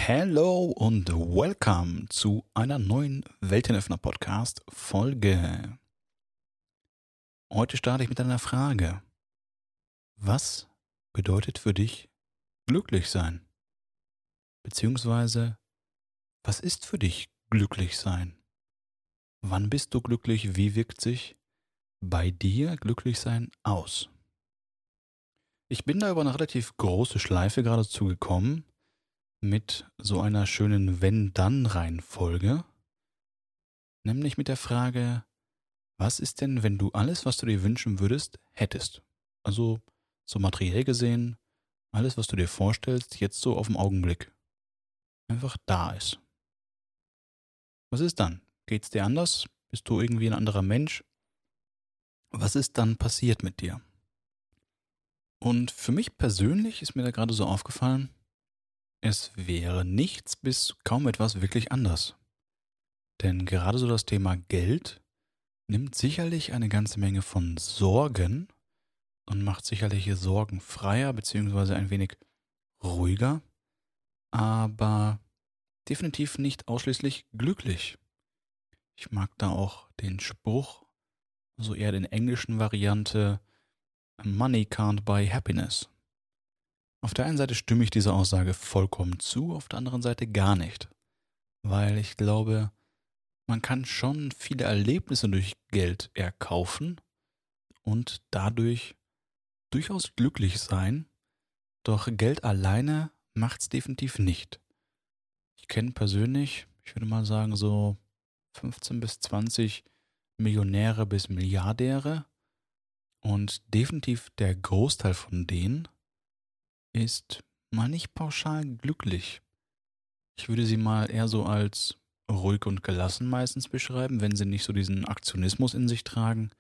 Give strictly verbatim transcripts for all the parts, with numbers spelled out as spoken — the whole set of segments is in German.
Hello und welcome zu einer neuen Weltenöffner-Podcast-Folge. Heute starte ich mit einer Frage. Was bedeutet für dich glücklich sein? Beziehungsweise, was ist für dich glücklich sein? Wann bist du glücklich? Wie wirkt sich bei dir glücklich sein aus? Ich bin da über eine relativ große Schleife geradezu gekommen, mit so einer schönen Wenn-Dann-Reihenfolge, nämlich mit der Frage, was ist denn, wenn du alles, was du dir wünschen würdest, hättest? Also so materiell gesehen, alles, was du dir vorstellst, jetzt so auf den Augenblick einfach da ist. Was ist dann? Geht's dir anders? Bist du irgendwie ein anderer Mensch? Was ist dann passiert mit dir? Und für mich persönlich ist mir da gerade so aufgefallen, es wäre nichts bis kaum etwas wirklich anders. Denn gerade so das Thema Geld nimmt sicherlich eine ganze Menge von Sorgen und macht sicherlich sorgenfreier beziehungsweise ein wenig ruhiger, aber definitiv nicht ausschließlich glücklich. Ich mag da auch den Spruch, so eher den englischen Variante, Money can't buy happiness. Auf der einen Seite stimme ich dieser Aussage vollkommen zu, auf der anderen Seite gar nicht. Weil ich glaube, man kann schon viele Erlebnisse durch Geld erkaufen und dadurch durchaus glücklich sein, doch Geld alleine macht's definitiv nicht. Ich kenne persönlich, ich würde mal sagen, so fünfzehn bis zwanzig Millionäre bis Milliardäre und definitiv der Großteil von denen ist mal nicht pauschal glücklich. Ich würde sie mal eher so als ruhig und gelassen meistens beschreiben, wenn sie nicht so diesen Aktionismus in sich tragen.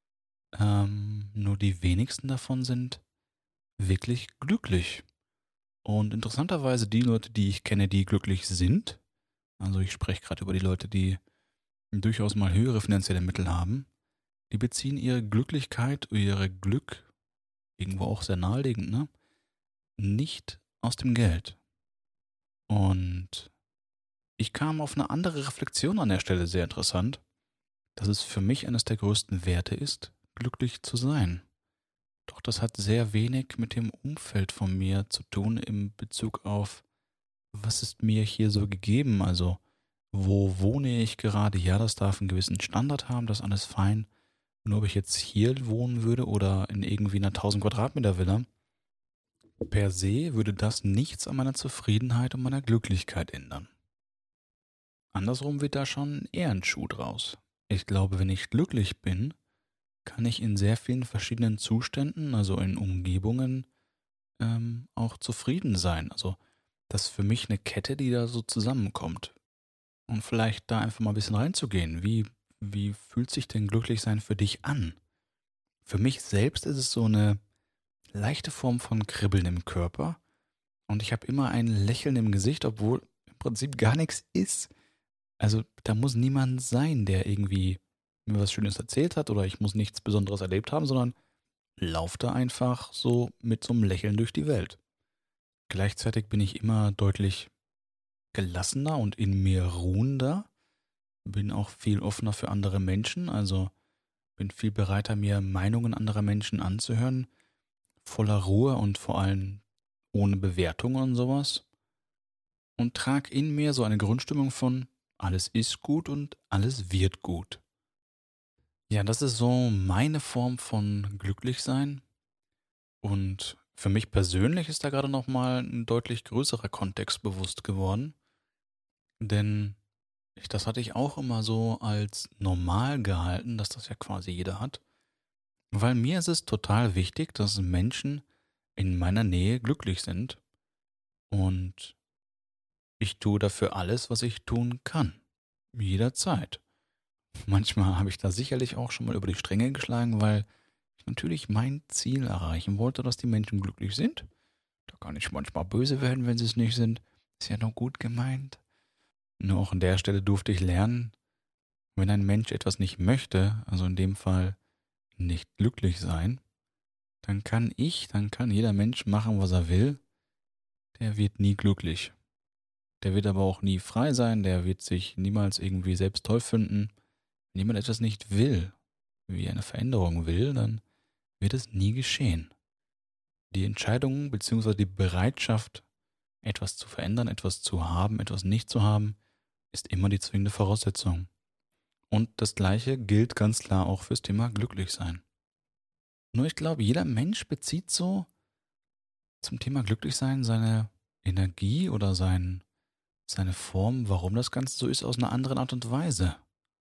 Ähm, nur die wenigsten davon sind wirklich glücklich. Und interessanterweise die Leute, die ich kenne, die glücklich sind, also ich spreche gerade über die Leute, die durchaus mal höhere finanzielle Mittel haben, die beziehen ihre Glücklichkeit, ihre Glück, irgendwo auch sehr naheliegend, ne, nicht aus dem Geld. Und ich kam auf eine andere Reflexion an der Stelle, sehr interessant, dass es für mich eines der größten Werte ist, glücklich zu sein. Doch das hat sehr wenig mit dem Umfeld von mir zu tun in Bezug auf, was ist mir hier so gegeben? Also, wo wohne ich gerade? Ja, das darf einen gewissen Standard haben, das ist alles fein. Nur ob ich jetzt hier wohnen würde oder in irgendwie einer tausend Quadratmeter Villa, per se würde das nichts an meiner Zufriedenheit und meiner Glücklichkeit ändern. Andersrum wird da schon eher ein Schuh draus. Ich glaube, wenn ich glücklich bin, kann ich in sehr vielen verschiedenen Zuständen, also in Umgebungen, ähm, auch zufrieden sein. Also das ist für mich eine Kette, die da so zusammenkommt. Und vielleicht da einfach mal ein bisschen reinzugehen. Wie, wie fühlt sich denn glücklich sein für dich an? Für mich selbst ist es so eine leichte Form von Kribbeln im Körper. Und ich habe immer ein Lächeln im Gesicht, obwohl im Prinzip gar nichts ist. Also da muss niemand sein, der irgendwie mir was Schönes erzählt hat oder ich muss nichts Besonderes erlebt haben, sondern lauf da einfach so mit so einem Lächeln durch die Welt. Gleichzeitig bin ich immer deutlich gelassener und in mir ruhender, bin auch viel offener für andere Menschen, also bin viel bereiter, mir Meinungen anderer Menschen anzuhören, voller Ruhe und vor allem ohne Bewertungen und sowas und trage in mir so eine Grundstimmung von alles ist gut und alles wird gut. Ja, das ist so meine Form von Glücklichsein. Und für mich persönlich ist da gerade nochmal ein deutlich größerer Kontext bewusst geworden. Denn ich, das hatte ich auch immer so als normal gehalten, dass das ja quasi jeder hat. Weil mir ist es total wichtig, dass Menschen in meiner Nähe glücklich sind. Und ich tue dafür alles, was ich tun kann. Jederzeit. Manchmal habe ich da sicherlich auch schon mal über die Stränge geschlagen, weil ich natürlich mein Ziel erreichen wollte, dass die Menschen glücklich sind. Da kann ich manchmal böse werden, wenn sie es nicht sind. Ist ja nur gut gemeint. Nur auch an der Stelle durfte ich lernen, wenn ein Mensch etwas nicht möchte, also in dem Fall nicht glücklich sein, dann kann ich, dann kann jeder Mensch machen, was er will, der wird nie glücklich. Der wird aber auch nie frei sein, der wird sich niemals irgendwie selbst toll finden. Wenn jemand etwas nicht will, wie eine Veränderung will, dann wird es nie geschehen. Die Entscheidung bzw. die Bereitschaft, etwas zu verändern, etwas zu haben, etwas nicht zu haben, ist immer die zwingende Voraussetzung. Und das Gleiche gilt ganz klar auch fürs Thema Glücklichsein. Nur ich glaube, jeder Mensch bezieht so zum Thema Glücklichsein seine Energie oder sein, seine Form, warum das Ganze so ist, aus einer anderen Art und Weise.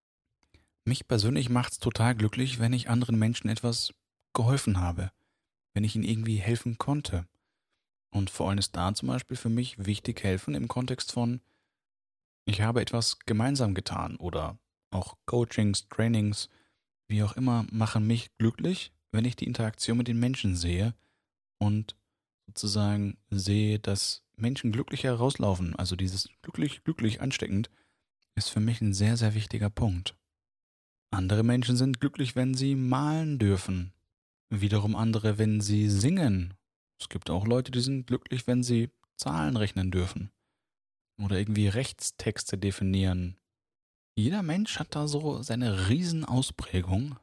Mich persönlich macht es total glücklich, wenn ich anderen Menschen etwas geholfen habe, wenn ich ihnen irgendwie helfen konnte. Und vor allem ist da zum Beispiel für mich wichtig helfen im Kontext von, ich habe etwas gemeinsam getan oder auch Coachings, Trainings, wie auch immer, machen mich glücklich, wenn ich die Interaktion mit den Menschen sehe und sozusagen sehe, dass Menschen glücklich herauslaufen. Also dieses glücklich, glücklich ansteckend ist für mich ein sehr, sehr wichtiger Punkt. Andere Menschen sind glücklich, wenn sie malen dürfen. Wiederum andere, wenn sie singen. Es gibt auch Leute, die sind glücklich, wenn sie Zahlen rechnen dürfen. Oder irgendwie Rechtstexte definieren. Jeder Mensch hat da so seine Riesenausprägung.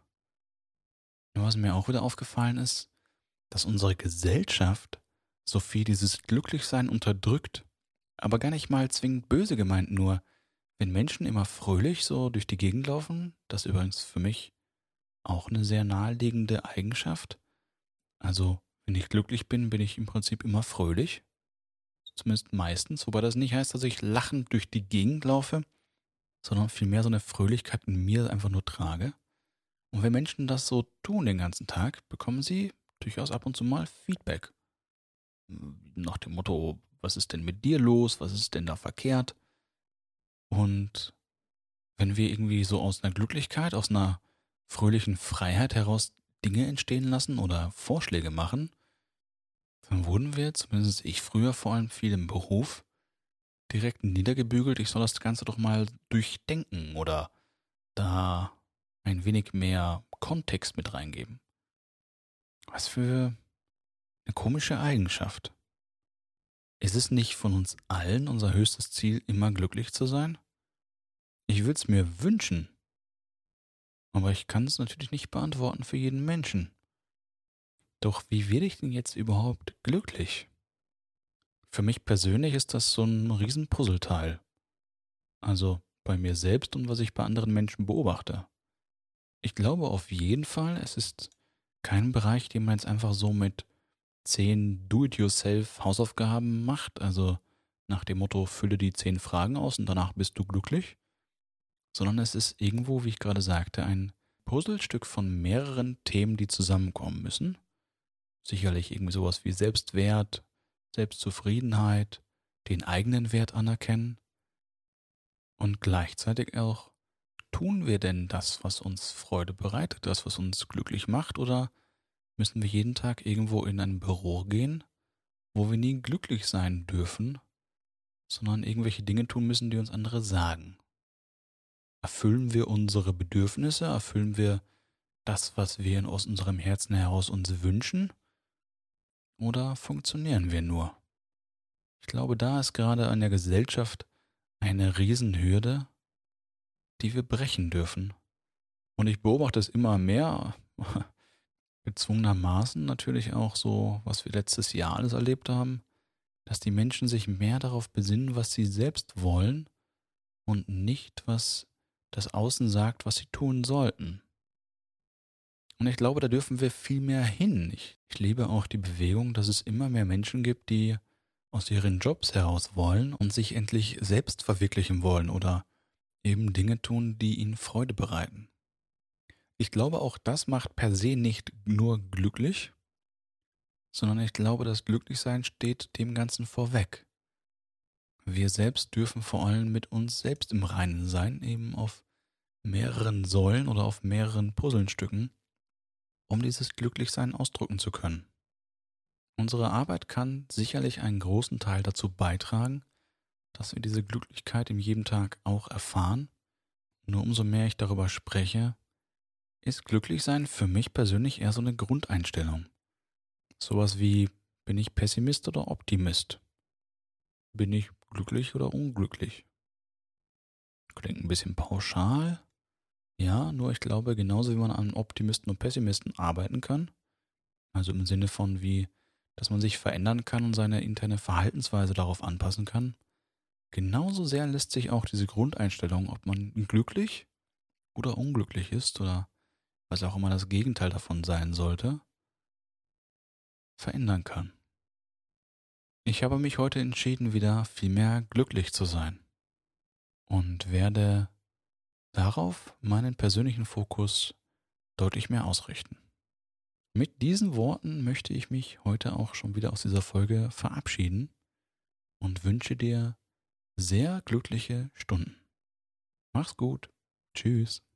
Und was mir auch wieder aufgefallen ist, dass unsere Gesellschaft so viel dieses Glücklichsein unterdrückt, aber gar nicht mal zwingend böse gemeint, nur wenn Menschen immer fröhlich so durch die Gegend laufen, das ist übrigens für mich auch eine sehr naheliegende Eigenschaft. Also, wenn ich glücklich bin, bin ich im Prinzip immer fröhlich, zumindest meistens, wobei das nicht heißt, dass ich lachend durch die Gegend laufe, sondern vielmehr so eine Fröhlichkeit in mir einfach nur trage. Und wenn Menschen das so tun den ganzen Tag, bekommen sie durchaus ab und zu mal Feedback. Nach dem Motto, was ist denn mit dir los? Was ist denn da verkehrt? Und wenn wir irgendwie so aus einer Glücklichkeit, aus einer fröhlichen Freiheit heraus Dinge entstehen lassen oder Vorschläge machen, dann wurden wir, zumindest ich früher vor allem viel im Beruf, direkt niedergebügelt, ich soll das Ganze doch mal durchdenken oder da ein wenig mehr Kontext mit reingeben. Was für eine komische Eigenschaft. Ist es nicht von uns allen unser höchstes Ziel, immer glücklich zu sein? Ich will es mir wünschen, aber ich kann es natürlich nicht beantworten für jeden Menschen. Doch wie werde ich denn jetzt überhaupt glücklich? Für mich persönlich ist das so ein Riesenpuzzleteil. Also bei mir selbst und was ich bei anderen Menschen beobachte. Ich glaube auf jeden Fall, es ist kein Bereich, den man jetzt einfach so mit zehn Do-it-yourself-Hausaufgaben macht, also nach dem Motto, fülle die zehn Fragen aus und danach bist du glücklich, sondern es ist irgendwo, wie ich gerade sagte, ein Puzzlestück von mehreren Themen, die zusammenkommen müssen. Sicherlich irgendwie sowas wie Selbstwert, Selbstzufriedenheit, den eigenen Wert anerkennen und gleichzeitig auch, tun wir denn das, was uns Freude bereitet, das, was uns glücklich macht, oder müssen wir jeden Tag irgendwo in ein Büro gehen, wo wir nie glücklich sein dürfen, sondern irgendwelche Dinge tun müssen, die uns andere sagen? Erfüllen wir unsere Bedürfnisse? Erfüllen wir das, was wir aus unserem Herzen heraus uns wünschen? Oder funktionieren wir nur? Ich glaube, da ist gerade an der Gesellschaft eine Riesenhürde, die wir brechen dürfen. Und ich beobachte es immer mehr, gezwungenermaßen natürlich auch so, was wir letztes Jahr alles erlebt haben, dass die Menschen sich mehr darauf besinnen, was sie selbst wollen und nicht, was das Außen sagt, was sie tun sollten. Und ich glaube, da dürfen wir viel mehr hin. Ich, ich liebe auch die Bewegung, dass es immer mehr Menschen gibt, die aus ihren Jobs heraus wollen und sich endlich selbst verwirklichen wollen oder eben Dinge tun, die ihnen Freude bereiten. Ich glaube, auch das macht per se nicht nur glücklich, sondern ich glaube, das Glücklichsein steht dem Ganzen vorweg. Wir selbst dürfen vor allem mit uns selbst im Reinen sein, eben auf mehreren Säulen oder auf mehreren Puzzlestücken, um dieses Glücklichsein ausdrücken zu können. Unsere Arbeit kann sicherlich einen großen Teil dazu beitragen, dass wir diese Glücklichkeit in jedem Tag auch erfahren. Nur umso mehr ich darüber spreche, ist Glücklichsein für mich persönlich eher so eine Grundeinstellung. Sowas wie, bin ich Pessimist oder Optimist? Bin ich glücklich oder unglücklich. Klingt ein bisschen pauschal. Ja, nur ich glaube, genauso wie man an Optimisten und Pessimisten arbeiten kann, also im Sinne von wie, dass man sich verändern kann und seine interne Verhaltensweise darauf anpassen kann, genauso sehr lässt sich auch diese Grundeinstellung, ob man glücklich oder unglücklich ist oder was auch immer das Gegenteil davon sein sollte, verändern kann. Ich habe mich heute entschieden, wieder viel mehr glücklich zu sein und werde darauf meinen persönlichen Fokus deutlich mehr ausrichten. Mit diesen Worten möchte ich mich heute auch schon wieder aus dieser Folge verabschieden und wünsche dir sehr glückliche Stunden. Mach's gut. Tschüss.